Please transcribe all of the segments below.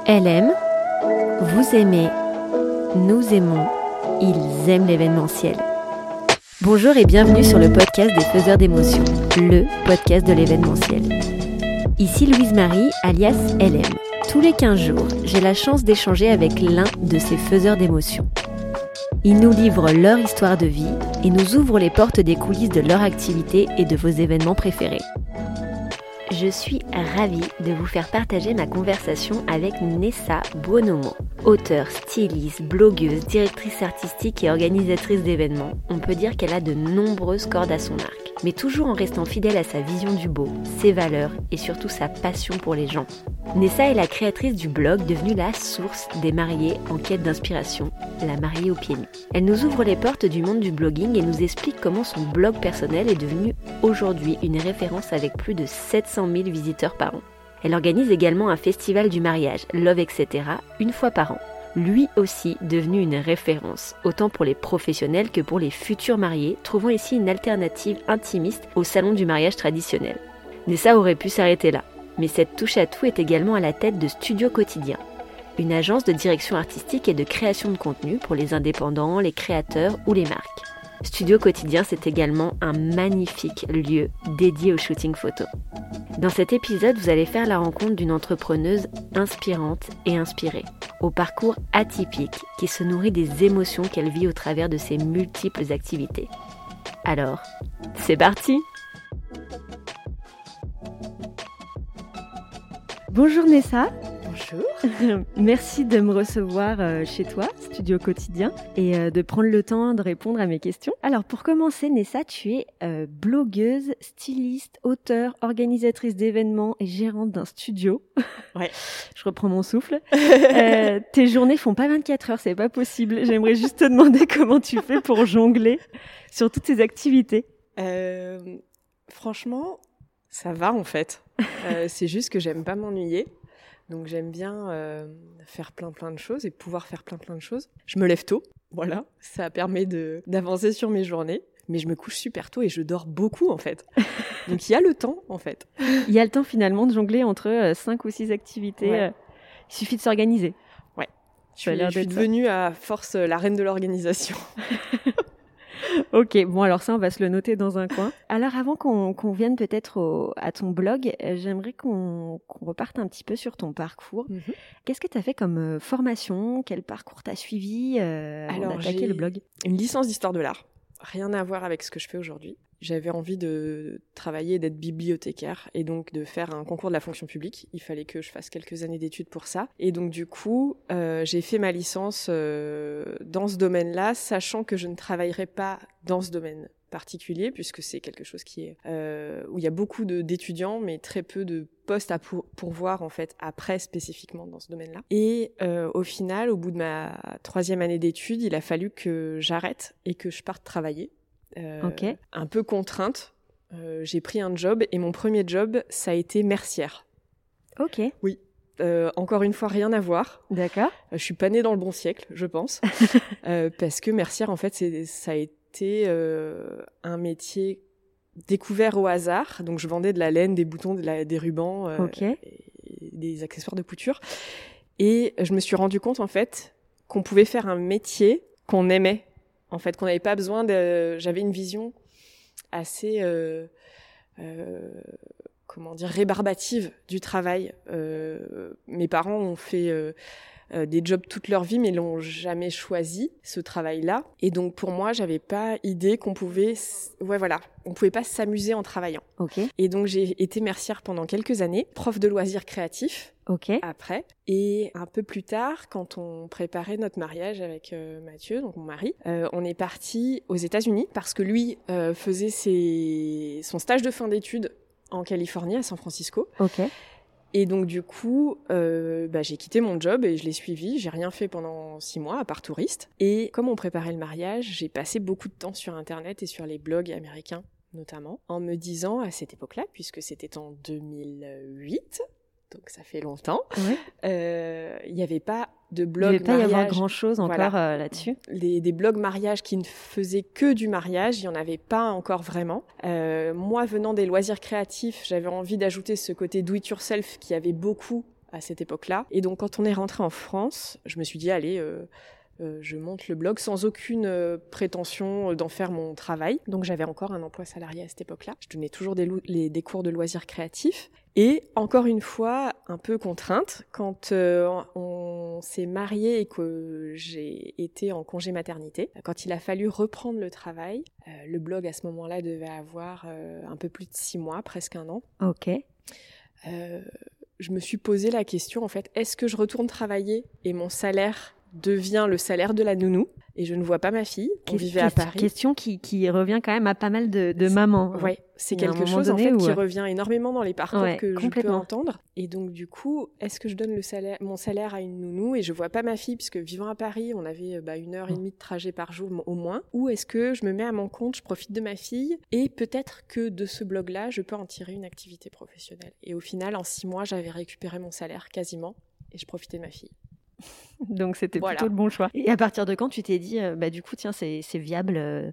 Elle aime, vous aimez, nous aimons, ils aiment l'événementiel. Bonjour et bienvenue sur le podcast des faiseurs d'émotions, le podcast de l'événementiel. Ici Louise Marie, alias LM. Tous les 15 jours, j'ai la chance d'échanger avec l'un de ces faiseurs d'émotions. Ils nous livrent leur histoire de vie et nous ouvrent les portes des coulisses de leur activité et de vos événements préférés. Je suis ravie de vous faire partager ma conversation avec Nessa Buonomo. Auteure, styliste, blogueuse, directrice artistique et organisatrice d'événements, on peut dire qu'elle a de nombreuses cordes à son arc, mais toujours en restant fidèle à sa vision du beau, ses valeurs et surtout sa passion pour les gens. Nessa est la créatrice du blog devenu la source des mariés en quête d'inspiration, La Mariée aux pieds nus. Elle nous ouvre les portes du monde du blogging et nous explique comment son blog personnel est devenu aujourd'hui une référence avec plus de 700 000 visiteurs par an. Elle organise également un festival du mariage, Love etc., une fois par an. Lui aussi devenu une référence, autant pour les professionnels que pour les futurs mariés, trouvant ici une alternative intimiste au salon du mariage traditionnel. Nessa aurait pu s'arrêter là, mais cette touche à tout est également à la tête de Studio Quotidien, une agence de direction artistique et de création de contenu pour les indépendants, les créateurs ou les marques. Studio Quotidien, c'est également un magnifique lieu dédié au shooting photo. Dans cet épisode, vous allez faire la rencontre d'une entrepreneuse inspirante et inspirée, au parcours atypique qui se nourrit des émotions qu'elle vit au travers de ses multiples activités. Alors, c'est parti! Bonjour Nessa. Bonjour. Merci de me recevoir chez toi, Studio Quotidien, et de prendre le temps de répondre à mes questions. Alors pour commencer, Nessa, tu es blogueuse, styliste, auteure, organisatrice d'événements et gérante d'un studio. Ouais. Je reprends mon souffle. Tes journées font pas 24 heures, c'est pas possible. J'aimerais juste te demander comment tu fais pour jongler sur toutes ces activités. Franchement, ça va en fait. C'est juste que j'aime pas m'ennuyer. Donc j'aime bien faire plein de choses et pouvoir faire plein de choses. Je me lève tôt, voilà, ça permet d'avancer sur mes journées. Mais je me couche super tôt et je dors beaucoup en fait. Donc il y a le temps en fait. Il y a le temps finalement de jongler entre 5 ou 6 activités. Ouais. Il suffit de s'organiser. Ouais, je suis devenue à force la reine de l'organisation. Ok, bon alors ça on va se le noter dans un coin. Alors avant qu'on vienne peut-être à ton blog, j'aimerais qu'on reparte un petit peu sur ton parcours. Mm-hmm. Qu'est-ce que tu as fait comme formation? Quel parcours t'as suivi avant d'attaquer le blog? Une licence d'histoire de l'art. Rien à voir avec ce que je fais aujourd'hui. J'avais envie de travailler et d'être bibliothécaire et donc de faire un concours de la fonction publique. Il fallait que je fasse quelques années d'études pour ça. Et donc du coup, j'ai fait ma licence dans ce domaine-là, sachant que je ne travaillerai pas dans ce domaine particulier, puisque c'est quelque chose qui est où il y a beaucoup d'étudiants, mais très peu de postes à pourvoir en fait après spécifiquement dans ce domaine-là. Et au final, au bout de ma 3e année d'études, il a fallu que j'arrête et que je parte travailler. Okay. Un peu contrainte. J'ai pris un job et mon premier job, ça a été mercière. Ok. Oui. Encore une fois, rien à voir. D'accord. Je suis pas née dans le bon siècle, je pense. Parce que mercière, en fait, ça a été un métier découvert au hasard. Donc, je vendais de la laine, des boutons, des rubans, okay. et des accessoires de couture. Et je me suis rendu compte, en fait, qu'on pouvait faire un métier qu'on aimait. En fait, qu'on n'avait pas besoin de... J'avais une vision assez, rébarbative du travail. Mes parents ont fait des jobs toute leur vie, mais l'ont jamais choisi, ce travail-là. Et donc, pour moi, j'avais pas idée qu'on pouvait... on pouvait pas s'amuser en travaillant. Okay. Et donc, j'ai été mercière pendant quelques années, prof de loisirs créatifs. Okay. Après. Et un peu plus tard, quand on préparait notre mariage avec Mathieu, donc mon mari, on est parti aux États-Unis parce que lui faisait son stage de fin d'études en Californie, à San Francisco. Okay. Et donc du coup, j'ai quitté mon job et je l'ai suivi. J'ai rien fait pendant 6 mois à part touriste. Et comme on préparait le mariage, j'ai passé beaucoup de temps sur Internet et sur les blogs américains notamment, en me disant à cette époque-là, puisque c'était en 2008. Donc ça fait longtemps. Ouais. Il n'y avait pas de blog mariage. Il ne devait pas y avoir grand-chose encore là-dessus. Des blogs mariage qui ne faisaient que du mariage, il n'y en avait pas encore vraiment. Moi, venant des loisirs créatifs, j'avais envie d'ajouter ce côté do-it-yourself qui avait beaucoup à cette époque-là. Et donc, quand on est rentré en France, je me suis dit, allez, je monte le blog sans aucune prétention d'en faire mon travail. Donc, j'avais encore un emploi salarié à cette époque-là. Je donnais toujours des cours de loisirs créatifs. Et encore une fois, un peu contrainte, quand on s'est marié et que j'ai été en congé maternité, quand il a fallu reprendre le travail, le blog à ce moment-là devait avoir un peu plus de 6 mois, presque 1 an. Ok. Je me suis posé la question, en fait, est-ce que je retourne travailler et mon salaire devient le salaire de la nounou et je ne vois pas ma fille, on vivait à Paris. Question qui revient quand même à pas mal de mamans. Oui, c'est quelque chose en fait qui revient énormément dans les parcours que je peux entendre. Et donc du coup, est-ce que je donne mon salaire à une nounou et je vois pas ma fille puisque vivant à Paris, on avait 1h30 de trajet par jour au moins, ou est-ce que je me mets à mon compte, je profite de ma fille et peut-être que de ce blog-là, je peux en tirer une activité professionnelle. Et au final, en 6 mois, j'avais récupéré mon salaire quasiment et je profitais de ma fille. Donc c'était plutôt le bon choix. Et à partir de quand tu t'es dit, du coup, tiens, c'est viable,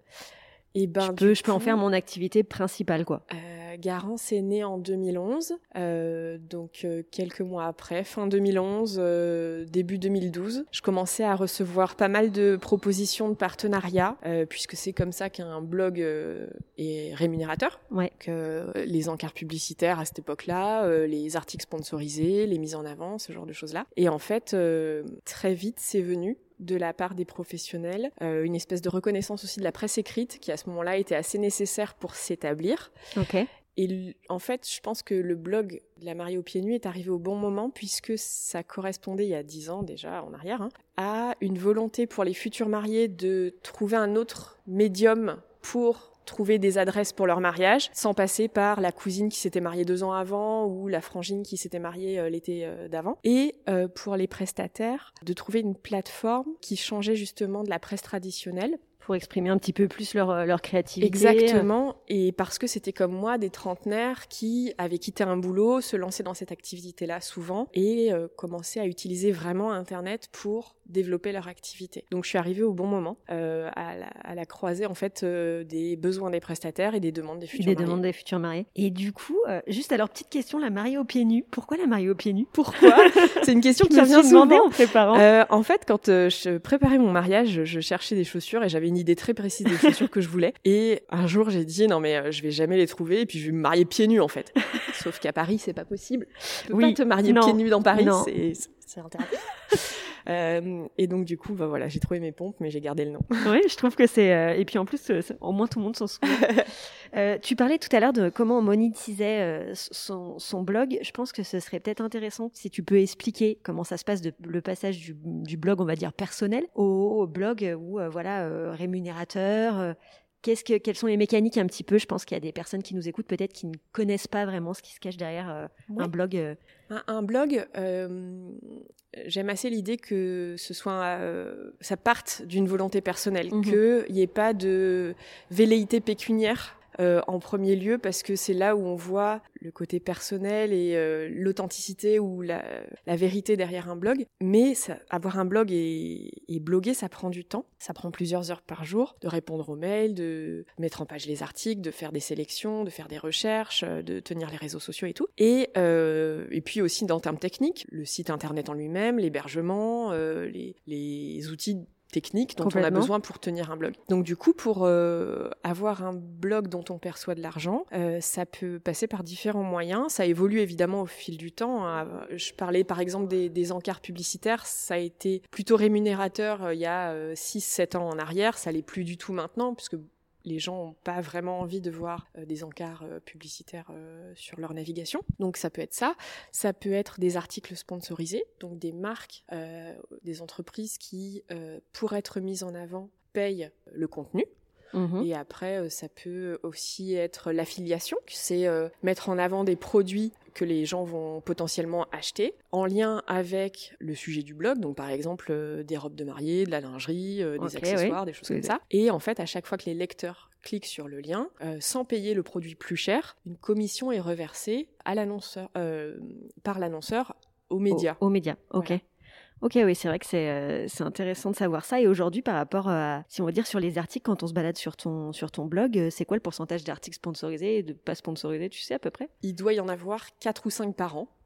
je peux en faire mon activité principale, quoi. Garance est née en 2011, donc quelques mois après, fin 2011, début 2012. Je commençais à recevoir pas mal de propositions de partenariat, puisque c'est comme ça qu'un blog est rémunérateur. Ouais. Les encarts publicitaires à cette époque-là, les articles sponsorisés, les mises en avant, ce genre de choses-là. Et en fait, très vite, c'est venu de la part des professionnels, une espèce de reconnaissance aussi de la presse écrite qui à ce moment-là était assez nécessaire pour s'établir. Ok. Et en fait, je pense que le blog de la mariée aux pieds nus est arrivé au bon moment puisque ça correspondait il y a 10 ans déjà en arrière à une volonté pour les futurs mariés de trouver un autre médium pour trouver des adresses pour leur mariage, sans passer par la cousine qui s'était mariée 2 ans avant ou la frangine qui s'était mariée l'été d'avant. Et pour les prestataires, de trouver une plateforme qui changeait justement de la presse traditionnelle. Pour exprimer un petit peu plus leur créativité. Exactement, et parce que c'était comme moi, des trentenaires qui avaient quitté un boulot, se lançaient dans cette activité-là souvent, et commençaient à utiliser vraiment Internet pour développer leur activité. Donc je suis arrivée au bon moment, à la croisée en fait des besoins des prestataires et des demandes des futurs mariés. Des demandes des futurs mariés. Et du coup, juste alors petite question, la mariée aux pieds nus. Pourquoi la mariée aux pieds nus ? Pourquoi ? C'est une question qui revient souvent en préparant. En fait, quand je préparais mon mariage, je cherchais des chaussures et j'avais une idée très précise des chaussures que je voulais. Et un jour, j'ai dit non mais je vais jamais les trouver et puis je vais me marier pieds nus en fait. Sauf qu'à Paris, c'est pas possible. Tu peux pas te marier pieds nus dans Paris, c'est interdit. Et donc du coup, voilà, j'ai trouvé mes pompes, mais j'ai gardé le nom. Oui, je trouve que c'est et puis en plus, au moins tout le monde s'en souvient. Tu parlais tout à l'heure de comment on monétisait son blog. Je pense que ce serait peut-être intéressant si tu peux expliquer comment ça se passe le passage du blog, on va dire personnel, au blog où rémunérateur. Quelles sont les mécaniques un petit peu ? Je pense qu'il y a des personnes qui nous écoutent peut-être qui ne connaissent pas vraiment ce qui se cache derrière un blog. Un blog, j'aime assez l'idée que ça parte d'une volonté personnelle, qu'il n'y ait pas de velléité pécuniaire en premier lieu, parce que c'est là où on voit le côté personnel et l'authenticité ou la vérité derrière un blog. Mais avoir un blog et bloguer, ça prend du temps. Ça prend plusieurs heures par jour de répondre aux mails, de mettre en page les articles, de faire des sélections, de faire des recherches, de tenir les réseaux sociaux et tout. Et puis aussi dans le terme technique, le site internet en lui-même, l'hébergement, les outils techniques dont on a besoin pour tenir un blog. Donc du coup, pour avoir un blog dont on perçoit de l'argent, ça peut passer par différents moyens. Ça évolue évidemment au fil du temps. Je parlais par exemple des encarts publicitaires. Ça a été plutôt rémunérateur il y a 6-7 ans en arrière. Ça l'est plus du tout maintenant, puisque les gens n'ont pas vraiment envie de voir des encarts publicitaires sur leur navigation. Donc ça peut être ça. Ça peut être des articles sponsorisés, donc des marques, des entreprises qui, pour être mises en avant, payent le contenu. Et après, ça peut aussi être l'affiliation, c'est mettre en avant des produits que les gens vont potentiellement acheter en lien avec le sujet du blog, donc par exemple des robes de mariée, de la lingerie, des accessoires, des choses comme ça. Et en fait, à chaque fois que les lecteurs cliquent sur le lien, sans payer le produit plus cher, une commission est reversée à l'annonceur, par l'annonceur aux médias. Aux médias, ok. Voilà. Ok, oui, c'est vrai que c'est intéressant de savoir ça. Et aujourd'hui, par rapport à, si on va dire sur les articles, quand on se balade sur ton blog, c'est quoi le pourcentage d'articles sponsorisés et de pas sponsorisés, tu sais à peu près ? Il doit y en avoir 4 ou 5 par an.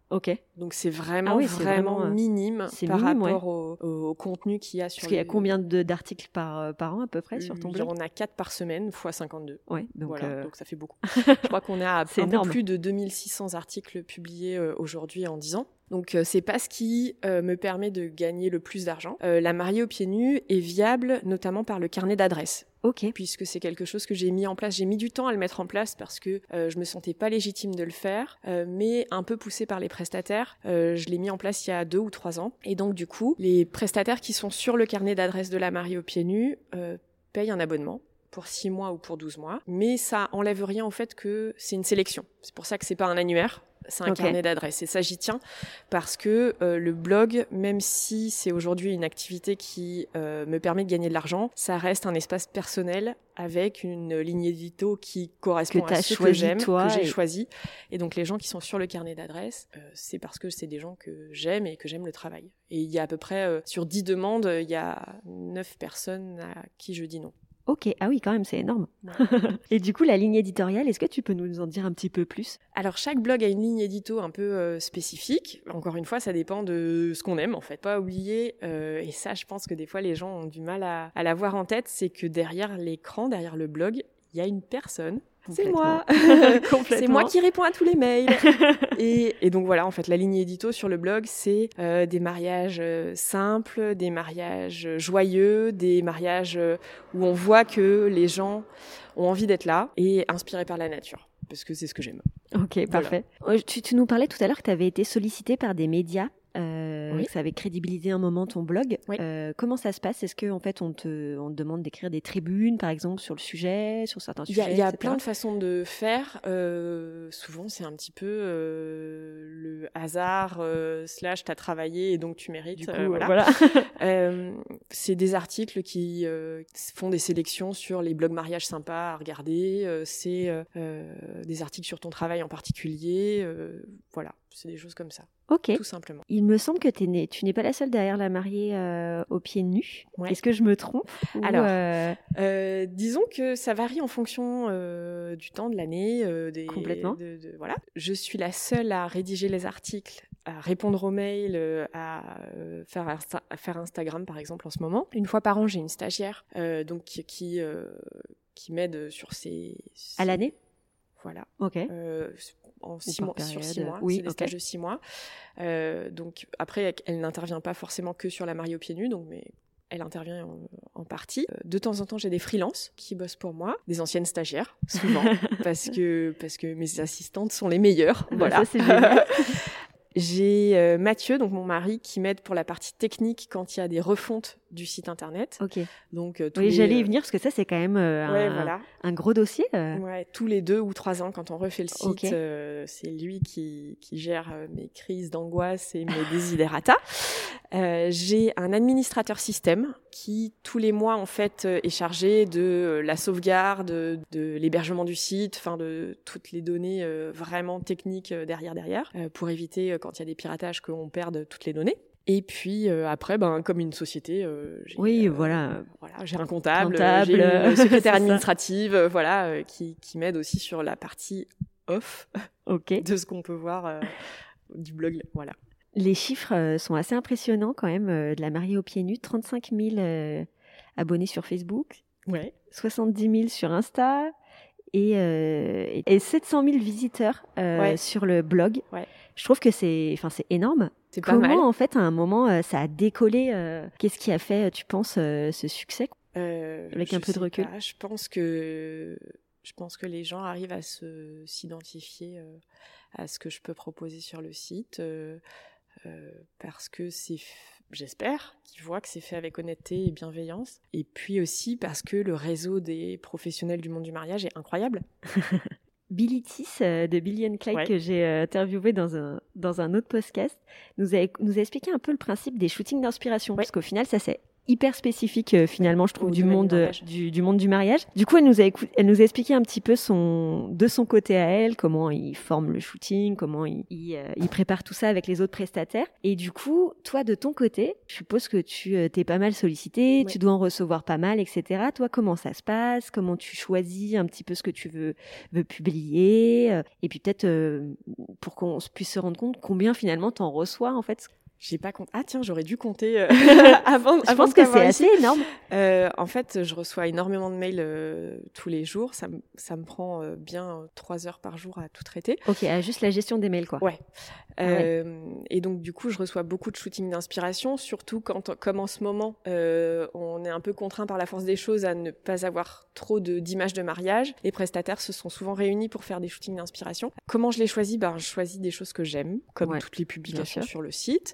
Ok. Donc c'est vraiment minime par rapport au contenu qu'il y a sur. Parce qu'il y a combien d'articles par an à peu près sur ton blog? On a 4 par semaine fois 52. Ouais, donc ça fait beaucoup. Je crois qu'on a un peu plus de 2600 articles publiés aujourd'hui en 10 ans. Donc c'est pas ce qui me permet de gagner le plus d'argent. La mariée aux pieds nus est viable notamment par le carnet d'adresses. Ok. Puisque c'est quelque chose que j'ai mis en place. J'ai mis du temps à le mettre en place parce que je me sentais pas légitime de le faire, mais un peu poussée par les prestataires, je l'ai mis en place il y a 2 ou 3 ans. Et donc du coup, les prestataires qui sont sur le carnet d'adresses de la mariée aux pieds nus payent un abonnement pour 6 mois ou pour 12 mois. Mais ça enlève rien au fait que c'est une sélection. C'est pour ça que c'est pas un annuaire. C'est un carnet d'adresses. Et ça, j'y tiens parce que le blog, même si c'est aujourd'hui une activité qui me permet de gagner de l'argent, ça reste un espace personnel avec une ligne édito qui correspond à ce que j'aime, que j'ai choisi. Et donc, les gens qui sont sur le carnet d'adresses, c'est parce que c'est des gens que j'aime et que j'aime le travail. Et il y a à peu près, sur 10 demandes, il y a 9 personnes à qui je dis non. Ok, ah oui, quand même, c'est énorme. Ouais. Et du coup, la ligne éditoriale, est-ce que tu peux nous en dire un petit peu plus? Alors, chaque blog a une ligne édito un peu spécifique. Encore une fois, ça dépend de ce qu'on aime, en fait. Pas oublier, et ça, je pense que des fois, les gens ont du mal à l'avoir en tête, c'est que derrière l'écran, derrière le blog, il y a une personne. C'est moi. C'est moi qui réponds à tous les mails. et donc voilà, en fait, la ligne édito sur le blog, c'est des mariages simples, des mariages joyeux, des mariages où on voit que les gens ont envie d'être là et inspirés par la nature. Parce que c'est ce que j'aime. Ok, parfait. Voilà. Tu nous parlais tout à l'heure que tu avais été sollicitée par des médias. Oui. Que ça avait crédibilisé un moment ton blog. Oui. Comment ça se passe? Est-ce qu'en fait on te demande d'écrire des tribunes par exemple sur le sujet, sur certains sujets? Il y a plein de façons de faire. Souvent c'est un petit peu le hasard / t'as travaillé et donc tu mérites. Du coup, voilà. C'est des articles qui font des sélections sur les blogs mariage sympas à regarder. C'est des articles sur ton travail en particulier. Voilà, c'est des choses comme ça. Ok. Tout simplement. Il me semble que tu n'es pas la seule derrière la mariée aux pieds nus. Ouais. Est-ce que je me trompe? Alors, disons que ça varie en fonction du temps de l'année. Complètement. Voilà. Je suis la seule à rédiger les articles, à répondre aux mails, à faire Instagram par exemple en ce moment. Une fois par an, j'ai une stagiaire donc qui m'aide sur ces... À l'année? Voilà. Ok. En 6 mois, sur 6 mois, oui, c'est des stages de 6 mois. Donc après, elle n'intervient pas forcément que sur la mariée aux pieds nus, mais elle intervient en partie. De temps en temps, j'ai des freelances qui bossent pour moi, des anciennes stagiaires, souvent, parce que mes assistantes sont les meilleures. Voilà. Ça, c'est génial. J'ai Mathieu, donc mon mari, qui m'aide pour la partie technique quand il y a des refontes du site internet. Ok. Donc, j'allais y venir parce que ça, c'est quand même un gros dossier. Ouais, tous les 2 ou 3 ans, quand on refait le site, c'est lui qui gère mes crises d'angoisse et mes desiderata. J'ai un administrateur système qui, tous les mois, en fait, est chargé de la sauvegarde, de l'hébergement du site, enfin de toutes les données vraiment techniques derrière, pour éviter, quand il y a des piratages, qu'on perde toutes les données. Et puis après, comme une société, j'ai un comptable j'ai une secrétaire administrative, qui m'aide aussi sur la partie off de ce qu'on peut voir du blog, voilà. Les chiffres sont assez impressionnants quand même de la mariée aux pieds nus. 35 000 abonnés sur Facebook, 70 000 sur Insta et 700 000 visiteurs sur le blog. Ouais. Je trouve que c'est énorme. C'est pas mal. Comment, en fait, à un moment, ça a décollé qu'est-ce qui a fait, tu penses, ce succès avec un peu de recul? Je pense que les gens arrivent à s'identifier à ce que je peux proposer sur le site parce que j'espère qu'ils voient que c'est fait avec honnêteté et bienveillance. Et puis aussi parce que le réseau des professionnels du monde du mariage est incroyable. Billy Tiss de Billy & Clyde, que j'ai interviewé dans un autre podcast, nous a expliqué un peu le principe des shootings d'inspiration, parce qu'au final, ça s'est hyper spécifique finalement, je trouve, du monde du mariage. Du coup, elle nous a expliqué un petit peu de son côté à elle, comment il forme le shooting, comment il prépare tout ça avec les autres prestataires. Et du coup, toi, de ton côté, je suppose que tu t'es pas mal sollicité, tu dois en recevoir pas mal, etc. Toi, comment ça se passe? Comment tu choisis un petit peu ce que tu veux publier? Et puis peut-être pour qu'on puisse se rendre compte combien finalement t'en reçois en fait. J'ai pas compté. Ah tiens, j'aurais dû compter avant. Je pense que c'est assez énorme. En fait, je reçois énormément de mails tous les jours. Ça me prend bien 3 heures par jour à tout traiter. Ok, juste la gestion des mails, quoi. Ouais. Et donc du coup, je reçois beaucoup de shootings d'inspiration, surtout comme en ce moment, on est un peu contraint par la force des choses à ne pas avoir trop d'images de mariage. Les prestataires se sont souvent réunis pour faire des shootings d'inspiration. Comment je les choisis? Je choisis des choses que j'aime, comme toutes les publications sur le site.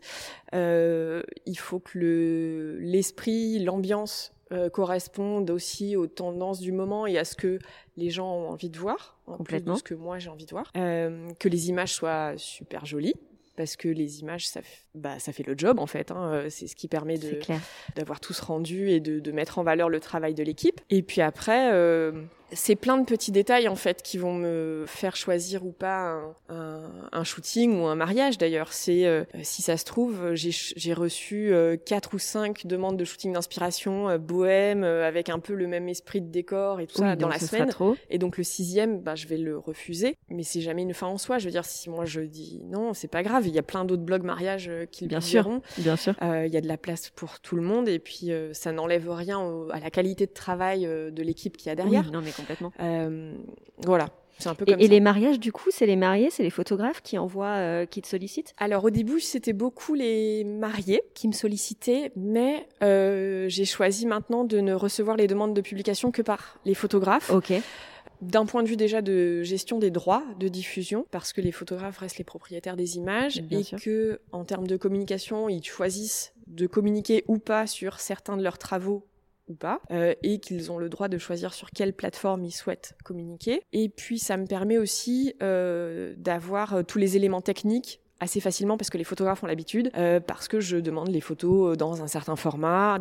Il faut que l'esprit, l'ambiance correspondent aussi aux tendances du moment et à ce que les gens ont envie de voir, en plus de ce que moi j'ai envie de voir. Que les images soient super jolies, parce que les images, ça fait le job en fait. C'est ce qui permet d'avoir tout ce rendu et de mettre en valeur le travail de l'équipe. Et puis après, c'est plein de petits détails en fait qui vont me faire choisir ou pas un shooting ou un mariage d'ailleurs. C'est si ça se trouve, j'ai reçu 4 ou 5 demandes de shooting d'inspiration bohème avec un peu le même esprit de décor et tout ça dans la semaine. Et donc le 6e, je vais le refuser. Mais c'est jamais une fin en soi. Je veux dire, si moi je dis non, c'est pas grave. Il y a plein d'autres blogs mariage qui le diront. Bien sûr. Il y a de la place pour tout le monde et puis ça n'enlève rien à la qualité de travail de l'équipe qu'il y a derrière. Oui, non mais complètement. Voilà, c'est un peu comme ça. Et les mariages, du coup, c'est les mariés, c'est les photographes qui envoient, qui te sollicitent? Alors au début, c'était beaucoup les mariés qui me sollicitaient, mais j'ai choisi maintenant de ne recevoir les demandes de publication que par les photographes. Ok. D'un point de vue déjà de gestion des droits de diffusion, parce que les photographes restent les propriétaires des images que, en termes de communication, ils choisissent de communiquer ou pas sur certains de leurs travaux ou pas, et qu'ils ont le droit de choisir sur quelle plateforme ils souhaitent communiquer. Et puis ça me permet aussi d'avoir tous les éléments techniques assez facilement parce que les photographes ont l'habitude, parce que je demande les photos dans un certain format,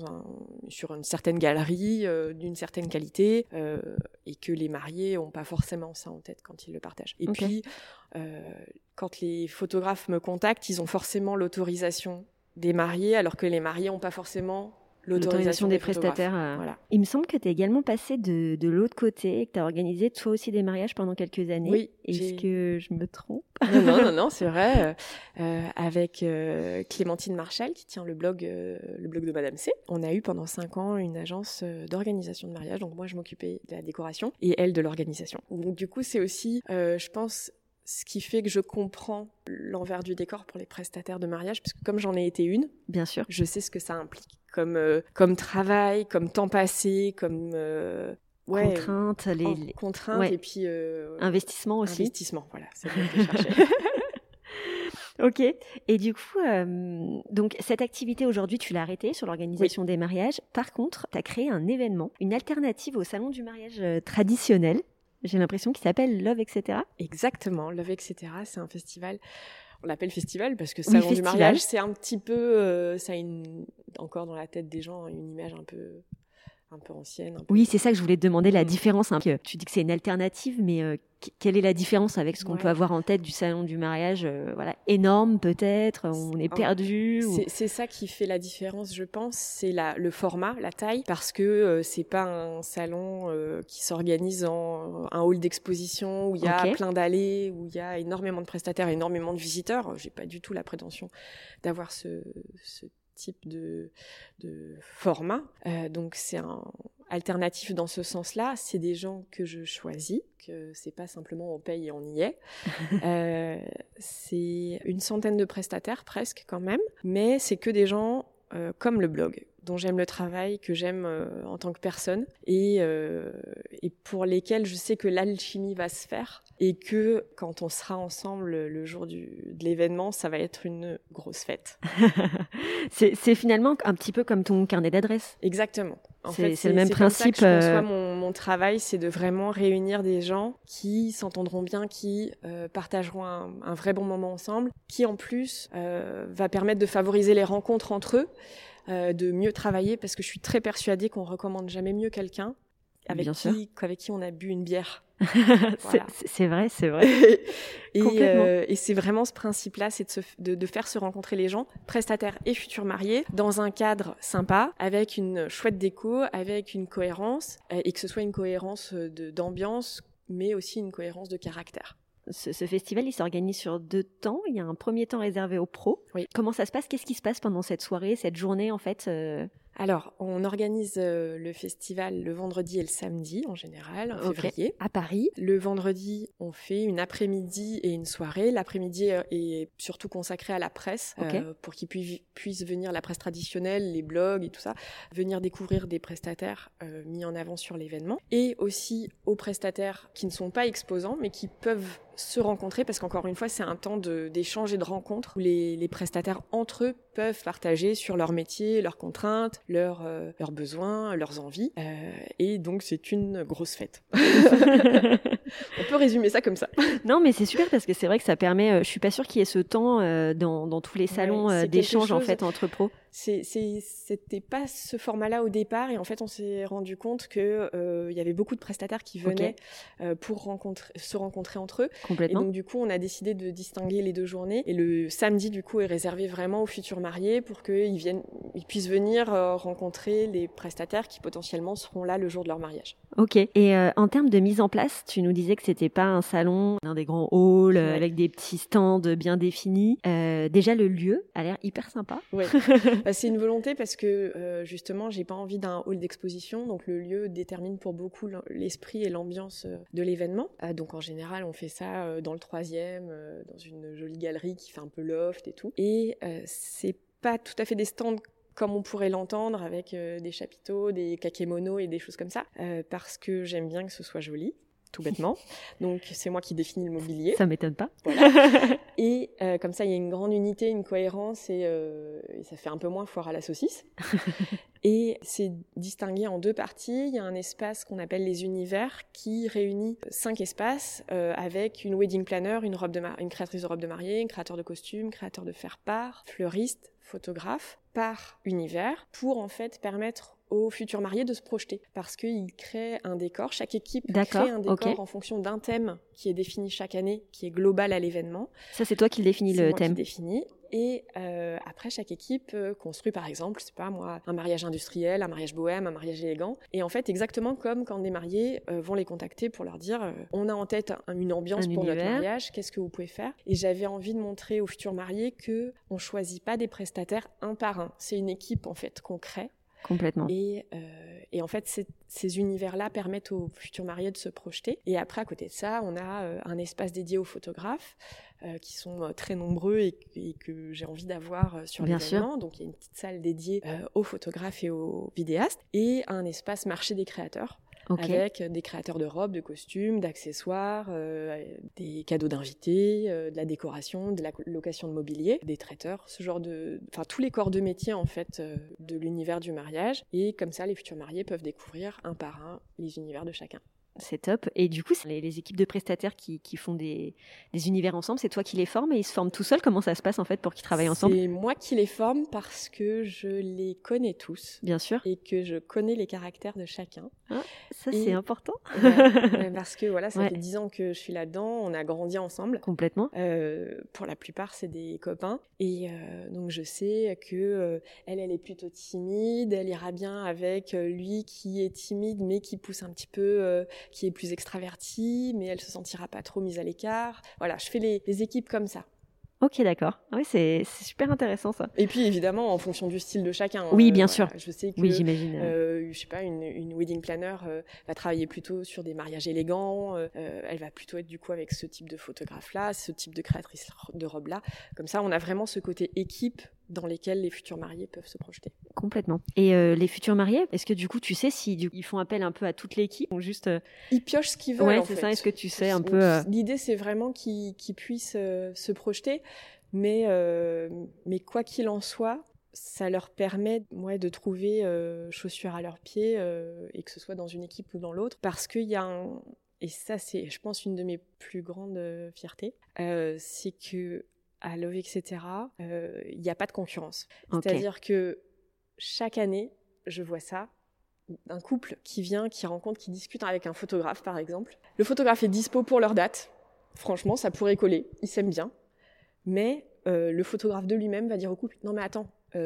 sur une certaine galerie, d'une certaine qualité, et que les mariés ont pas forcément ça en tête quand ils le partagent. Et puis, quand les photographes me contactent, ils ont forcément l'autorisation des mariés, alors que les mariés ont pas forcément l'autorisation des prestataires. Voilà. Il me semble que tu es également passé de l'autre côté et que tu as organisé toi aussi des mariages pendant quelques années. Oui. Est-ce que je me trompe? Non, c'est vrai. Avec Clémentine Marchal, qui tient le blog de Madame C. On a eu pendant 5 ans une agence d'organisation de mariage. Donc moi, je m'occupais de la décoration et elle de l'organisation. Donc du coup, c'est aussi, je pense, ce qui fait que je comprends l'envers du décor pour les prestataires de mariage, parce que comme j'en ai été une, bien sûr, je sais ce que ça implique comme travail, comme temps passé, comme contraintes, contraintes et puis investissement aussi. Investissement, voilà, c'est ce que je cherchais. Ok. Et du coup, donc cette activité aujourd'hui, tu l'as arrêtée sur l'organisation des mariages. Par contre, tu as créé un événement, une alternative au salon du mariage traditionnel. J'ai l'impression qu'il s'appelle Love, etc. Exactement, Love, etc. C'est un festival. On l'appelle festival parce que salon du mariage, c'est un petit peu, ça a encore dans la tête des gens une image un peu ancienne. Oui, c'est ça que je voulais te demander, la différence. Tu dis que c'est une alternative, mais quelle est la différence avec ce qu'on peut avoir en tête du salon du mariage énorme peut-être, on est perdu. C'est ça qui fait la différence, je pense, c'est le format, la taille, parce que c'est pas un salon qui s'organise en un hall d'exposition où il y a plein d'allées, où il y a énormément de prestataires, énormément de visiteurs. J'ai pas du tout la prétention d'avoir ce type de format. Donc c'est un alternatif dans ce sens-là. C'est des gens que je choisis, que c'est pas simplement on paye et on y est. C'est une centaine de prestataires presque quand même, mais c'est que des gens comme le blog, dont j'aime le travail, que j'aime en tant que personne et pour lesquels je sais que l'alchimie va se faire et que quand on sera ensemble le jour de l'événement, ça va être une grosse fête. C'est finalement un petit peu comme ton carnet d'adresses. Exactement. C'est le même principe. Comme ça que je conçois mon travail, c'est de vraiment réunir des gens qui s'entendront bien, qui partageront un vrai bon moment ensemble, qui en plus va permettre de favoriser les rencontres entre eux, de mieux travailler, parce que je suis très persuadée qu'on recommande jamais mieux quelqu'un avec qui on a bu une bière. Voilà. C'est vrai. Et c'est vraiment ce principe-là, c'est de faire se rencontrer les gens, prestataires et futurs mariés, dans un cadre sympa, avec une chouette déco, avec une cohérence, et que ce soit une cohérence d'ambiance, mais aussi une cohérence de caractère. Ce festival, il s'organise sur 2 temps. Il y a un premier temps réservé aux pros. Oui. Comment ça se passe ? Qu'est-ce qui se passe pendant cette soirée, cette journée en fait Alors, on organise le festival le vendredi et le samedi, en général, en février, à Paris. Le vendredi, on fait une après-midi et une soirée. L'après-midi est surtout consacré à la presse, pour qu'ils puissent venir, la presse traditionnelle, les blogs et tout ça, venir découvrir des prestataires mis en avant sur l'événement. Et aussi aux prestataires qui ne sont pas exposants, mais qui peuvent se rencontrer, parce qu'encore une fois, c'est un temps d'échange et de rencontre où les prestataires entre eux peuvent partager sur leur métier, leurs contraintes, leurs besoins, leurs envies. Et donc, c'est une grosse fête. On peut résumer ça comme ça. Non, mais c'est super parce que c'est vrai que ça permet... je suis pas sûre qu'il y ait ce temps dans tous les salons d'échange en fait entre pros. C'était pas ce format-là au départ, et en fait on s'est rendu compte que y avait beaucoup de prestataires qui venaient pour se rencontrer entre eux. Complètement. Et donc du coup on a décidé de distinguer les 2 journées, et le samedi du coup est réservé vraiment aux futurs mariés pour qu'ils puissent venir rencontrer les prestataires qui potentiellement seront là le jour de leur mariage. Ok. Et en termes de mise en place, tu nous disais que c'était pas un salon, un des grands halls avec des petits stands bien définis. Déjà le lieu a l'air hyper sympa. Ouais. C'est une volonté parce que justement j'ai pas envie d'un hall d'exposition, donc le lieu détermine pour beaucoup l'esprit et l'ambiance de l'événement. Donc en général on fait ça dans le 3e, dans une jolie galerie qui fait un peu loft et tout. Et c'est pas tout à fait des stands comme on pourrait l'entendre, avec des chapiteaux, des kakémonos et des choses comme ça, parce que j'aime bien que ce soit joli, tout bêtement. Donc c'est moi qui définis le mobilier. Ça m'étonne pas. Voilà. Et comme ça, il y a une grande unité, une cohérence, et ça fait un peu moins foire à la saucisse. Et c'est distingué en 2 parties. Il y a un espace qu'on appelle les univers qui réunit 5 espaces avec une wedding planner, une créatrice de robe de mariée, un créateur de costumes, créateur de faire-part, fleuriste, photographe, par univers, pour en fait permettre aux futurs mariés de se projeter, parce qu'ils créent un décor, chaque équipe crée un décor en fonction d'un thème qui est défini chaque année, qui est global à l'événement. Ça, c'est toi qui le définis, le thème. C'est moi qui définis. Et après, chaque équipe construit, par exemple, c'est pas moi, un mariage industriel, un mariage bohème, un mariage élégant. Et en fait, exactement comme quand des mariés vont les contacter pour leur dire on a en tête une ambiance pour notre mariage, qu'est-ce que vous pouvez faire ? Et j'avais envie de montrer aux futurs mariés que on choisit pas des prestataires un par un. C'est une équipe en fait qu'on crée. Complètement. Et en fait, ces univers-là permettent aux futurs mariés de se projeter. Et après, à côté de ça, on a un espace dédié aux photographes qui sont très nombreux et que j'ai envie d'avoir sur l'événement. Donc, il y a une petite salle dédiée aux photographes et aux vidéastes, et un espace marché des créateurs. Avec des créateurs de robes, de costumes, d'accessoires, des cadeaux d'invités, de la décoration, de la location de mobilier, des traiteurs, enfin tous les corps de métier en fait de l'univers du mariage. Et comme ça, les futurs mariés peuvent découvrir un par un les univers de chacun. C'est top. Et du coup, les équipes de prestataires qui font des univers ensemble, c'est toi qui les formes et ils se forment tout seuls ? Comment ça se passe en fait pour qu'ils travaillent ensemble ? C'est moi qui les forme parce que je les connais tous. Bien sûr. Et que je connais les caractères de chacun. Ah, c'est important. Parce que voilà, ça fait 10 ans que je suis là-dedans, on a grandi ensemble. Complètement. Pour la plupart, c'est des copains. Et donc je sais que elle est plutôt timide, elle ira bien avec lui qui est timide mais qui pousse un petit peu, qui est plus extraverti, mais elle se sentira pas trop mise à l'écart. Voilà, je fais les équipes comme ça. Ok, d'accord. Oui, c'est super intéressant ça. Et puis évidemment en fonction du style de chacun. Oui, bien sûr. Je sais que, j'imagine. Je sais pas, une wedding planner va travailler plutôt sur des mariages élégants. Elle va plutôt être du coup avec ce type de photographe-là, ce type de créatrice de robe-là. Comme ça, on a vraiment ce côté équipe dans lesquels les futurs mariés peuvent se projeter. Complètement. Et les futurs mariés, est-ce que du coup tu sais si ils font appel un peu à toute l'équipe ou juste ils piochent ce qu'ils veulent. Ouais, c'est ça. Est-ce que tu sais un peu L'idée, c'est vraiment qu'ils puissent se projeter, mais quoi qu'il en soit, ça leur permet de trouver chaussures à leurs pieds, et que ce soit dans une équipe ou dans l'autre, parce qu'il y a et ça c'est, je pense, une de mes plus grandes fiertés, c'est que à Love etc, il n'y a pas de concurrence. Okay. C'est-à-dire que chaque année, je vois ça, un couple qui vient, qui rencontre, qui discute avec un photographe par exemple. Le photographe est dispo pour leur date, franchement ça pourrait coller, ils s'aiment bien, mais le photographe de lui-même va dire au couple, non mais attends,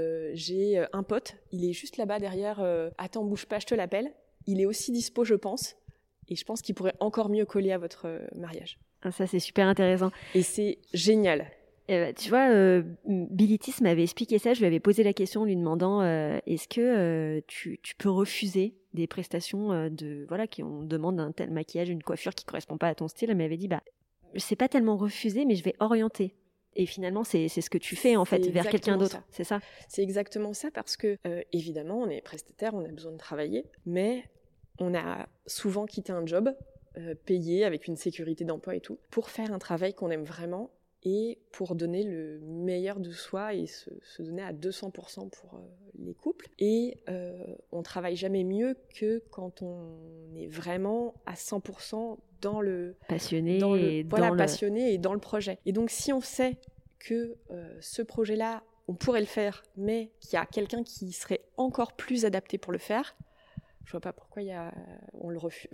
j'ai un pote, il est juste là-bas derrière, attends bouge pas, je te l'appelle, il est aussi dispo je pense, et je pense qu'il pourrait encore mieux coller à votre mariage. Ça c'est super intéressant. Et c'est génial. Tu vois, Bilitis m'avait expliqué ça, je lui avais posé la question en lui demandant est-ce que tu peux refuser des prestations qui on demande un tel maquillage, une coiffure qui correspond pas à ton style. Elle m'avait dit c'est pas tellement refuser, mais je vais orienter. Et finalement, c'est ce que tu fais en fait vers quelqu'un d'autre, c'est ça ? C'est exactement ça, parce que évidemment, on est prestataire, on a besoin de travailler, mais on a souvent quitté un job payé avec une sécurité d'emploi et tout pour faire un travail qu'on aime vraiment et pour donner le meilleur de soi et se donner à 200% pour les couples. Et on travaille jamais mieux que quand on est vraiment à 100% dans le passionné, passionné et dans le projet. Et donc si on sait que ce projet-là, on pourrait le faire, mais qu'il y a quelqu'un qui serait encore plus adapté pour le faire, je vois pas pourquoi on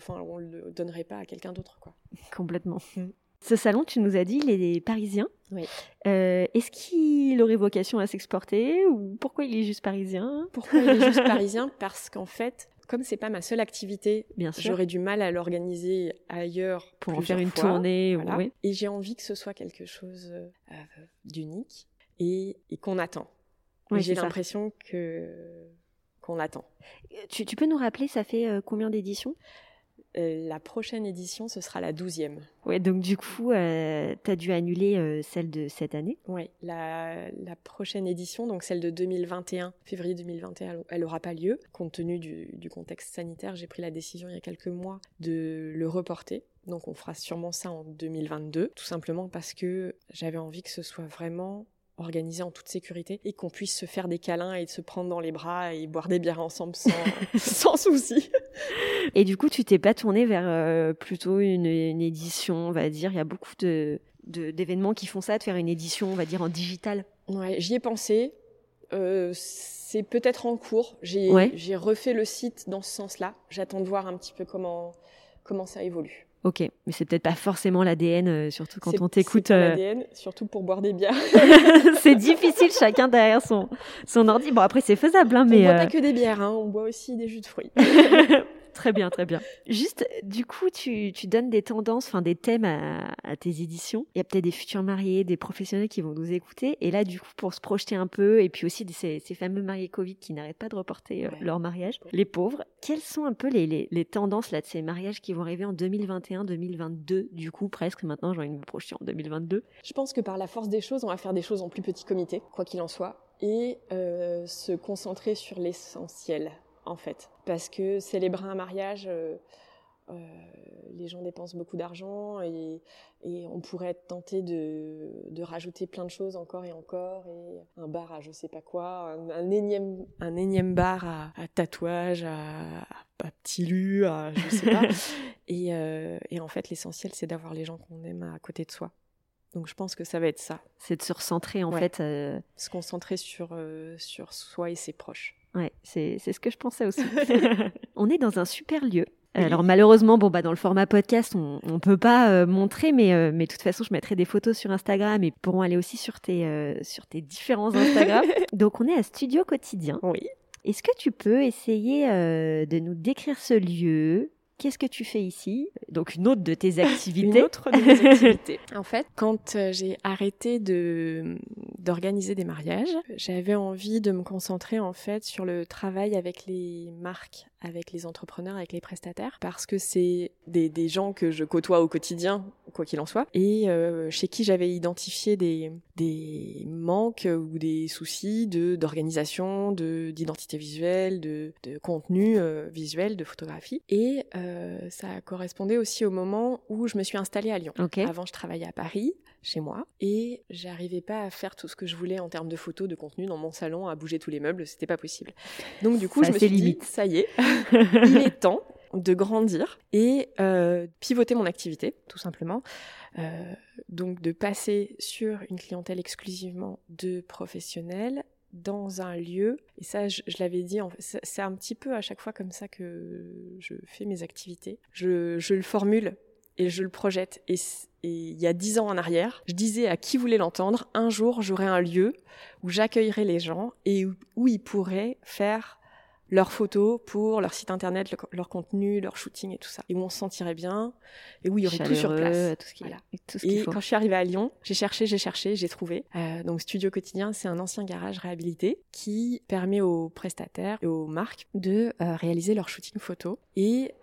le donnerait pas à quelqu'un d'autre, quoi. Complètement. Ce salon, tu nous as dit, il est parisien. Oui. Est-ce qu'il aurait vocation à s'exporter ou pourquoi il est juste parisien ? Pourquoi il est juste parisien ? Parce qu'en fait, comme c'est pas ma seule activité, bien sûr, j'aurais du mal à l'organiser ailleurs pour en faire une tournée. Voilà. Oui. Et j'ai envie que ce soit quelque chose d'unique et qu'on attend. Oui, j'ai l'impression qu'on attend. Tu peux nous rappeler, ça fait combien d'éditions ? La prochaine édition, ce sera la 12e. Ouais, donc du coup, tu as dû annuler celle de cette année ? Oui, la prochaine édition, donc celle de 2021, février 2021, elle n'aura pas lieu. Compte tenu du contexte sanitaire, j'ai pris la décision il y a quelques mois de le reporter. Donc on fera sûrement ça en 2022, tout simplement parce que j'avais envie que ce soit vraiment organisé en toute sécurité et qu'on puisse se faire des câlins et se prendre dans les bras et boire des bières ensemble sans souci. Et du coup, tu t'es pas tournée vers plutôt une édition, on va dire. Il y a beaucoup d'événements qui font ça, de faire une édition, on va dire, en digital. Ouais, j'y ai pensé. C'est peut-être en cours. J'ai refait le site dans ce sens-là. J'attends de voir un petit peu comment ça évolue. Ok, mais c'est peut-être pas forcément l'ADN, surtout quand on t'écoute. C'est pas l'ADN, surtout pour boire des bières. C'est difficile, chacun derrière son ordi. Bon, après, c'est faisable, hein, mais... On boit pas que des bières, hein, on boit aussi des jus de fruits. Très bien, très bien. Juste, du coup, tu donnes des tendances, enfin des thèmes à tes éditions. Il y a peut-être des futurs mariés, des professionnels qui vont nous écouter. Et là, du coup, pour se projeter un peu, et puis aussi ces fameux mariés Covid qui n'arrêtent pas de reporter leur mariage, les pauvres. Quelles sont un peu les tendances là de ces mariages qui vont arriver en 2021, 2022, du coup, presque maintenant, j'ai envie de me projeter en 2022. Je pense que par la force des choses, on va faire des choses en plus petit comité, quoi qu'il en soit, et se concentrer sur l'essentiel. En fait, parce que célébrer un mariage, les gens dépensent beaucoup d'argent et on pourrait être tenté de rajouter plein de choses encore et encore, et un bar à je sais pas quoi, un énième bar à tatouage, à petit lu, à je sais pas. Et en fait, l'essentiel, c'est d'avoir les gens qu'on aime à côté de soi. Donc je pense que ça va être ça. C'est de se recentrer en fait. Se concentrer sur soi et ses proches. Ouais, c'est ce que je pensais aussi. On est dans un super lieu. Alors malheureusement, dans le format podcast, on peut pas montrer, mais de toute façon, je mettrai des photos sur Instagram et ils pourront aller aussi sur tes différents Instagram. Donc on est à Studio Quotidien. Oui. Est-ce que tu peux essayer de nous décrire ce lieu ? Qu'est-ce que tu fais ici ? Donc une autre de tes activités. Une autre de mes activités. En fait, quand j'ai arrêté d'organiser des mariages, j'avais envie de me concentrer en fait sur le travail avec les marques, avec les entrepreneurs, avec les prestataires, parce que c'est des gens que je côtoie au quotidien, quoi qu'il en soit, et chez qui j'avais identifié des manques ou des soucis d'organisation, d'identité visuelle, de contenu visuel, de photographie. Et ça correspondait aussi au moment où je me suis installée à Lyon. Okay. Avant, je travaillais à Paris, chez moi, et j'arrivais pas à faire tout ce que je voulais en termes de photos, de contenu dans mon salon, à bouger tous les meubles, c'était pas possible. Donc du coup, je me suis dit, ça y est, il est temps de grandir et pivoter mon activité, tout simplement. Donc de passer sur une clientèle exclusivement de professionnels dans un lieu, et ça je l'avais dit, c'est un petit peu à chaque fois comme ça que je fais mes activités. Je le formule et je le projette, et il y a 10 ans en arrière, je disais à qui voulait l'entendre, un jour j'aurai un lieu où j'accueillerai les gens et où ils pourraient faire leurs photos pour leur site internet, leur contenu, leur shooting et tout ça. Et où on se sentirait bien, et où il y aurait tout sur place. Tout ce qu'il faut. Quand je suis arrivée à Lyon, j'ai cherché, j'ai trouvé. Donc Studio Quotidien, c'est un ancien garage réhabilité qui permet aux prestataires et aux marques de réaliser leur shooting photo. Et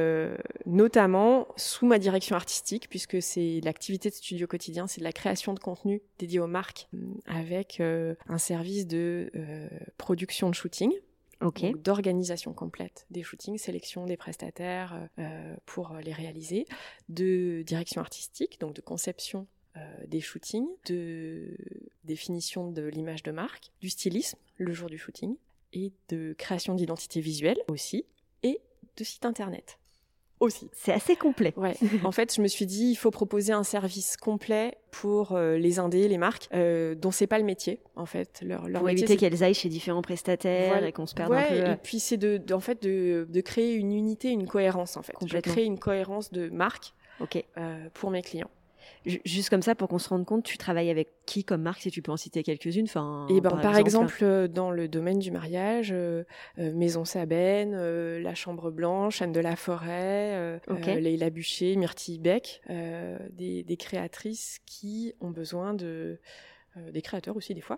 notamment sous ma direction artistique, puisque c'est l'activité de Studio Quotidien, c'est de la création de contenu dédié aux marques avec un service de production de shooting. Okay. Donc, d'organisation complète des shootings, sélection des prestataires pour les réaliser, de direction artistique, donc de conception des shootings, de définition de l'image de marque, du stylisme le jour du shooting, et de création d'identité visuelle aussi, et de site internet aussi. C'est assez complet. Ouais. En fait, je me suis dit, il faut proposer un service complet pour les indés, les marques, dont c'est pas le métier, en fait. Leur pour métier, éviter qu'elles aillent chez différents prestataires, voilà. Et qu'on se perde un peu. Et puis c'est de créer une unité, une cohérence, en fait. Je crée une cohérence de marque pour mes clients. Juste comme ça, pour qu'on se rende compte, tu travailles avec qui comme marque, si tu peux en citer quelques-unes? Par exemple, dans le domaine du mariage, Maison Sabène, La Chambre Blanche, Anne de la Forêt, Leila Bûcher, Myrtille Beck, des créatrices qui ont besoin des créateurs aussi des fois,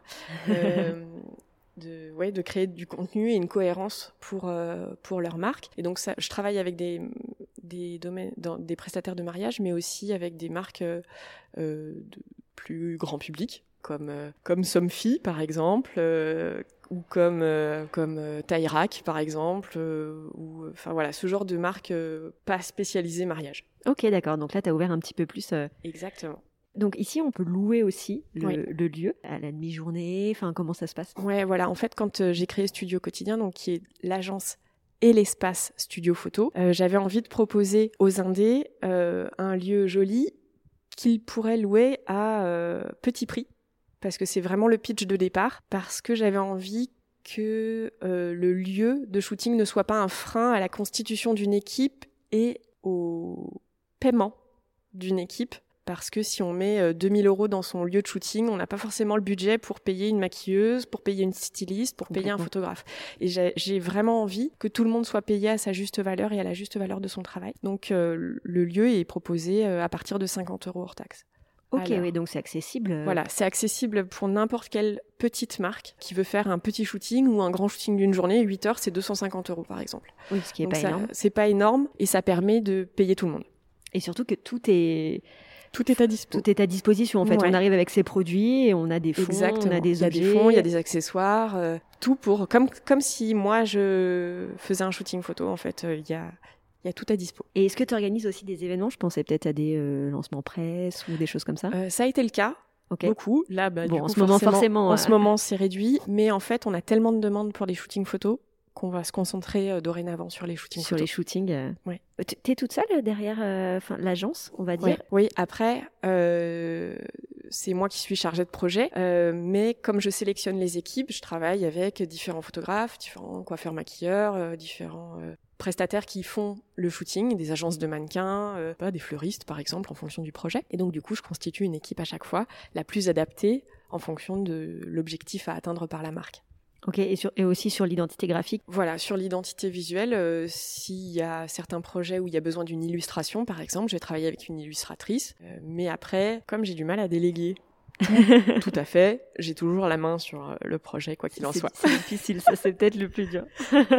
de créer du contenu et une cohérence pour leur marque. Et donc ça, je travaille avec des prestataires de mariage, mais aussi avec des marques de plus grand public, comme Somfy par exemple, ou comme Taïrak par exemple, ou enfin voilà, ce genre de marques pas spécialisées mariage. Ok, d'accord. Donc là, tu as ouvert un petit peu plus. Exactement. Donc ici, on peut louer aussi le lieu à la demi-journée. Enfin, comment ça se passe? Ouais, voilà. En fait, quand j'ai créé Studio Quotidien, donc qui est l'agence et l'espace studio photo, j'avais envie de proposer aux indés un lieu joli qu'ils pourraient louer à petit prix, parce que c'est vraiment le pitch de départ, parce que j'avais envie que le lieu de shooting ne soit pas un frein à la constitution d'une équipe et au paiement d'une équipe. Parce que si on met 2000 € dans son lieu de shooting, on n'a pas forcément le budget pour payer une maquilleuse, pour payer une styliste, pour payer un photographe. Et j'ai vraiment envie que tout le monde soit payé à sa juste valeur et à la juste valeur de son travail. Donc le lieu est proposé à partir de 50 € hors taxe. Ok, oui, donc c'est accessible. Voilà, c'est accessible pour n'importe quelle petite marque qui veut faire un petit shooting ou un grand shooting d'une journée. 8 heures, c'est 250 € par exemple. Oui, ce qui est pas énorme. C'est pas énorme et ça permet de payer tout le monde. Et surtout que tout est à dispo. Tout est à disposition, en fait. Ouais. On arrive avec ses produits et on a des fonds, on a des objets. Il y a des fonds, il y a des accessoires, tout pour... Comme si moi, je faisais un shooting photo, en fait. Il y a tout à dispo. Et est-ce que tu organises aussi des événements? Je pensais peut-être à des lancements presse ou des choses comme ça. Ça a été le cas. Beaucoup. Là, en ce moment, forcément. En ce moment, c'est réduit. Mais en fait, on a tellement de demandes pour les shootings photos qu'on va se concentrer dorénavant sur les shootings. Sur les shootings. Ouais. T'es toute seule derrière l'agence, on va dire? Oui, après, c'est moi qui suis chargée de projet, mais comme je sélectionne les équipes, je travaille avec différents photographes, différents coiffeurs maquilleurs, différents prestataires qui font le shooting, des agences de mannequins, des fleuristes par exemple, en fonction du projet. Et donc du coup, je constitue une équipe à chaque fois, la plus adaptée en fonction de l'objectif à atteindre par la marque. Ok, et aussi sur l'identité graphique? Voilà, sur l'identité visuelle, s'il y a certains projets où il y a besoin d'une illustration, par exemple, je vais travailler avec une illustratrice. Mais après, comme j'ai du mal à déléguer tout à fait, j'ai toujours la main sur le projet, quoi qu'il en soit. C'est difficile, ça, c'est peut-être le plus dur. Voilà.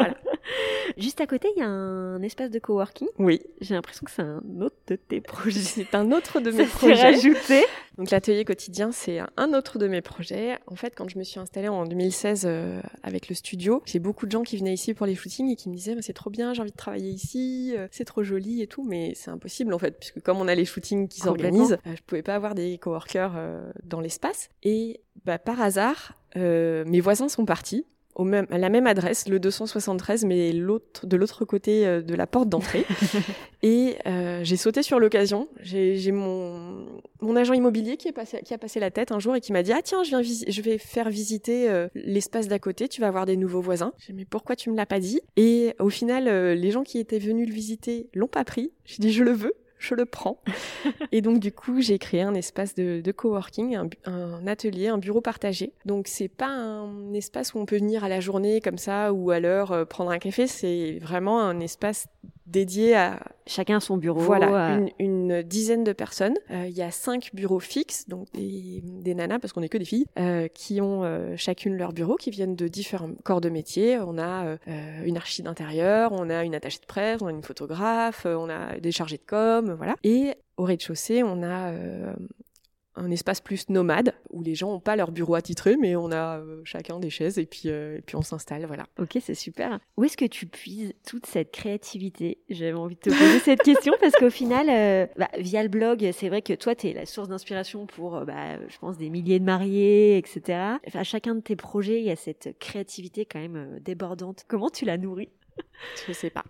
Juste à côté, il y a un espace de coworking. Oui. J'ai l'impression que c'est un autre de tes projets. C'est un autre de mes Ça projets. s'est rajouté. Donc l'atelier quotidien, c'est un autre de mes projets. En fait, quand je me suis installée en 2016 avec le studio, j'ai beaucoup de gens qui venaient ici pour les shootings et qui me disaient c'est trop bien, j'ai envie de travailler ici, c'est trop joli et tout, mais c'est impossible en fait, puisque comme on a les shootings qui s'organisent, je pouvais pas avoir des coworkers dans l'espace. Et par hasard, mes voisins sont partis. À la même adresse, le 273, mais de l'autre côté de la porte d'entrée. Et j'ai sauté sur l'occasion. J'ai mon agent immobilier qui a passé la tête un jour et qui m'a dit tiens, je vais faire visiter l'espace d'à côté. Tu vas avoir des nouveaux voisins. J'ai dit mais pourquoi tu me l'as pas dit? Et au final, les gens qui étaient venus le visiter l'ont pas pris. J'ai dit je le veux. Je le prends. Et donc, du coup, j'ai créé un espace de coworking, un atelier, un bureau partagé. Donc, c'est pas un espace où on peut venir à la journée comme ça ou à l'heure prendre un café. C'est vraiment un espace dédié à... Chacun son bureau. Voilà, une dizaine de personnes. Il y a 5 bureaux fixes, donc des nanas, parce qu'on n'est que des filles, qui ont chacune leur bureau, qui viennent de différents corps de métier. On a une archi d'intérieur, on a une attachée de presse, on a une photographe, on a des chargés de com, voilà. Et au rez-de-chaussée, on a un espace plus nomade où les gens n'ont pas leur bureau attitré, mais on a chacun des chaises et puis on s'installe, voilà. Ok, c'est super. Où est-ce que tu puises toute cette créativité? J'avais envie de te poser cette question parce qu'au final, via le blog, c'est vrai que toi, tu es la source d'inspiration pour, je pense, des milliers de mariés, etc. Enfin, à chacun de tes projets, il y a cette créativité quand même débordante. Comment tu la nourris? Je sais pas.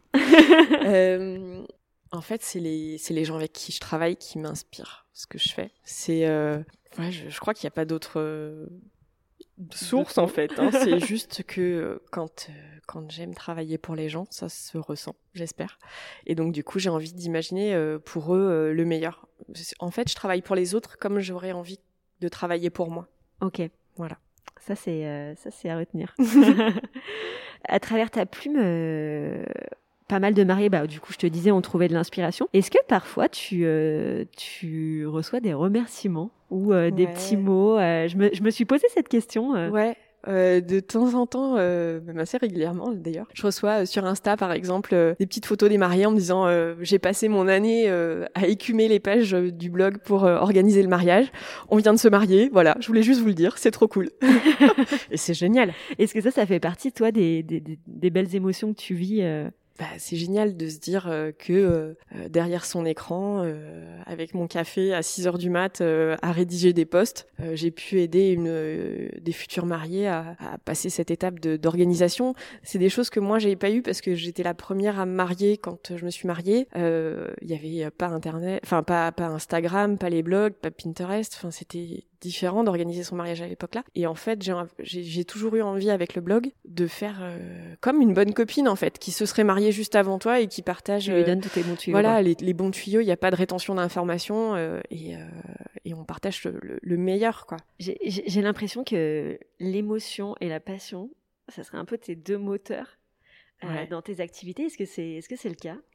En fait, c'est les gens avec qui je travaille qui m'inspirent ce que je fais. C'est, je crois qu'il n'y a pas d'autre source en fait. Hein. C'est juste que quand j'aime travailler pour les gens, ça se ressent, j'espère. Et donc du coup, j'ai envie d'imaginer pour eux le meilleur. En fait, je travaille pour les autres comme j'aurais envie de travailler pour moi. Ok. Voilà. Ça c'est à retenir. À travers ta plume. Pas mal de mariés, du coup, je te disais, ont trouvé de l'inspiration. Est-ce que parfois tu reçois des remerciements ou des petits mots? Je me suis posé cette question. Ouais. De temps en temps, même assez régulièrement d'ailleurs, je reçois sur Insta par exemple des petites photos des mariés en me disant j'ai passé mon année à écumer les pages du blog pour organiser le mariage. On vient de se marier, voilà, je voulais juste vous le dire, c'est trop cool. Et c'est génial. Est-ce que ça fait partie toi des belles émotions que tu vis c'est génial de se dire que derrière son écran, avec mon café à 6h du mat, à rédiger des posts, j'ai pu aider des futurs mariés à passer cette étape d'organisation. C'est des choses que moi j'avais pas eu parce que j'étais la première à me marier quand je me suis mariée. Il y avait pas Internet, enfin pas Instagram, pas les blogs, pas Pinterest. Enfin c'était différent d'organiser son mariage à l'époque-là. Et en fait, j'ai toujours eu envie avec le blog de faire comme une bonne copine en fait, qui se serait mariée juste avant toi et qui partage. Tu lui donnes tous tes bons tuyaux. Voilà, les bons tuyaux. Il n'y a pas de rétention d'informations et on partage le meilleur, quoi. J'ai l'impression que l'émotion et la passion, ça serait un peu tes deux moteurs dans tes activités. Est-ce que c'est le cas?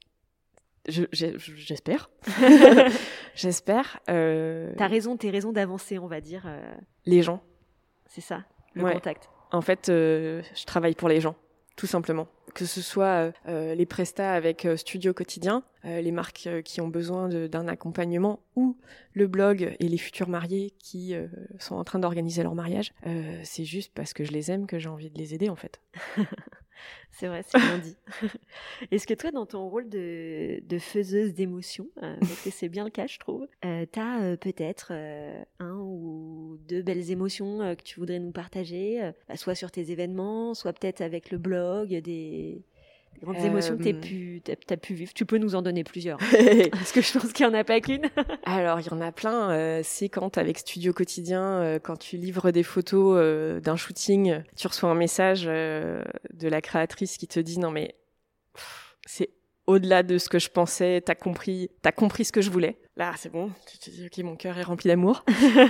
J'espère. J'espère. Tes raisons d'avancer, on va dire. Les gens. C'est ça, le contact. En fait, je travaille pour les gens, tout simplement. Que ce soit les prestats avec Studio Quotidien, les marques qui ont besoin d'un accompagnement, ou le blog et les futurs mariés qui sont en train d'organiser leur mariage, c'est juste parce que je les aime que j'ai envie de les aider, en fait. C'est vrai, c'est bien dit. Est-ce que toi, dans ton rôle de faiseuse d'émotions, parce que c'est bien le cas, je trouve, t'as peut-être un ou deux belles émotions que tu voudrais nous partager, soit sur tes événements, soit peut-être avec le blog, des grandes émotions que t'as pu vivre. Tu peux nous en donner plusieurs, parce que je pense qu'il n'y en a pas qu'une. Alors, il y en a plein. C'est quand, avec Studio Quotidien, quand tu livres des photos d'un shooting, tu reçois un message de la créatrice qui te dit « Non, mais c'est au-delà de ce que je pensais, t'as compris ce que je voulais. » Là, c'est bon, tu te dis « Ok, mon cœur est rempli d'amour. »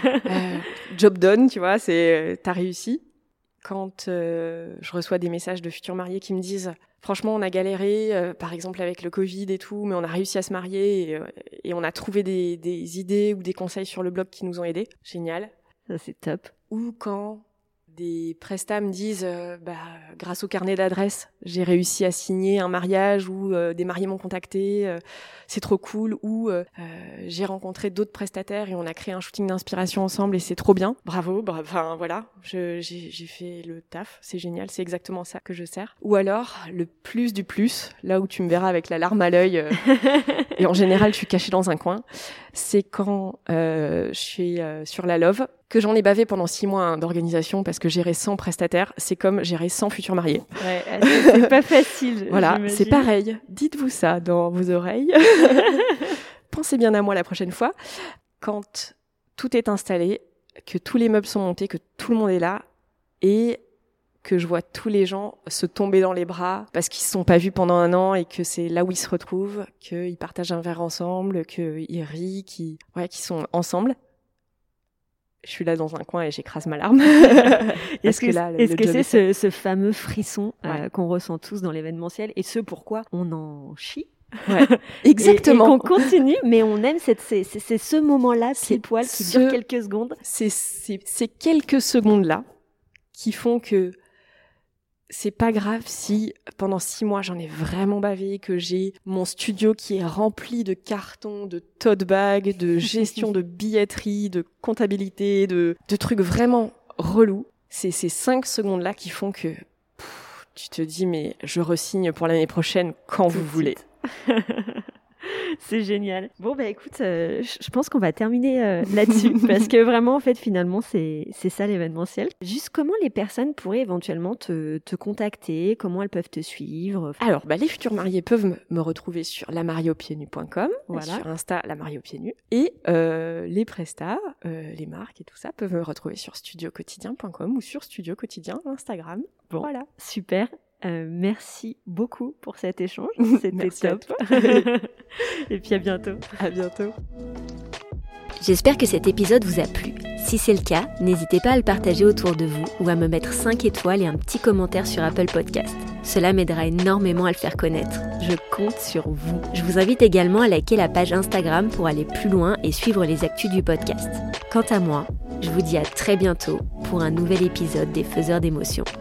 Job done, tu vois, t'as réussi. Quand je reçois des messages de futurs mariés qui me disent « Franchement, on a galéré, par exemple avec le Covid et tout, mais on a réussi à se marier et on a trouvé des idées ou des conseils sur le blog qui nous ont aidés. » Génial. Ça, c'est top. Ou quand Des prestats me disent grâce au carnet d'adresses, j'ai réussi à signer un mariage ou des mariés m'ont contacté, c'est trop cool, ou j'ai rencontré d'autres prestataires et on a créé un shooting d'inspiration ensemble et c'est trop bien. Bravo, enfin voilà, j'ai fait le taf, c'est génial, c'est exactement ça que je sers. Ou alors le plus du plus, là où tu me verras avec la larme à l'œil et en général je suis cachée dans un coin, c'est quand je suis sur la Love, que j'en ai bavé pendant 6 mois d'organisation parce que gérer 100 prestataires, c'est comme gérer 100 futurs mariés. Ouais, c'est pas facile. Voilà, j'imagine. c'est pareil. Dites-vous ça dans vos oreilles. Pensez bien à moi la prochaine fois. Quand tout est installé, que tous les meubles sont montés, que tout le monde est là et que je vois tous les gens se tomber dans les bras parce qu'ils se sont pas vus pendant 1 an et que c'est là où ils se retrouvent, qu'ils partagent un verre ensemble, qu'ils rient, qu'ils sont ensemble. Je suis là dans un coin et j'écrase ma larme. Est-ce que c'est ce fameux frisson qu'on ressent tous dans l'événementiel et ce pourquoi on en chie? Ouais, exactement. Et qu'on continue, mais on aime c'est ce moment-là, pile poil, qui dure quelques secondes. C'est ces quelques secondes-là qui font que c'est pas grave si pendant 6 mois j'en ai vraiment bavé, que j'ai mon studio qui est rempli de cartons, de tote bags, de gestion de billetterie, de comptabilité, de trucs vraiment relous. C'est ces 5 secondes-là qui font que tu te dis mais je re-signe pour l'année prochaine quand vous voulez. C'est génial. Bon, écoute, je pense qu'on va terminer là-dessus parce que vraiment, en fait, finalement, c'est ça l'événementiel. Juste comment les personnes pourraient éventuellement te contacter, comment elles peuvent te suivre? Alors, les futurs mariés peuvent me retrouver sur lamarieaupiednus.com, voilà. Sur Insta, lamarieaupiednus. Et les prestats, les marques et tout ça peuvent me retrouver sur studioquotidien.com ou sur Studio Quotidien Instagram. Bon, voilà, super. Merci beaucoup pour cet échange, c'était top. Et puis à bientôt. À bientôt. J'espère que cet épisode vous a plu. Si c'est le cas, n'hésitez pas à le partager autour de vous ou à me mettre 5 étoiles et un petit commentaire sur Apple Podcast. Cela m'aidera énormément à le faire connaître. Je compte sur vous. Je vous invite également à liker la page Instagram pour aller plus loin et suivre les actus du podcast. Quant à moi, je vous dis à très bientôt pour un nouvel épisode des Faiseurs d'émotions.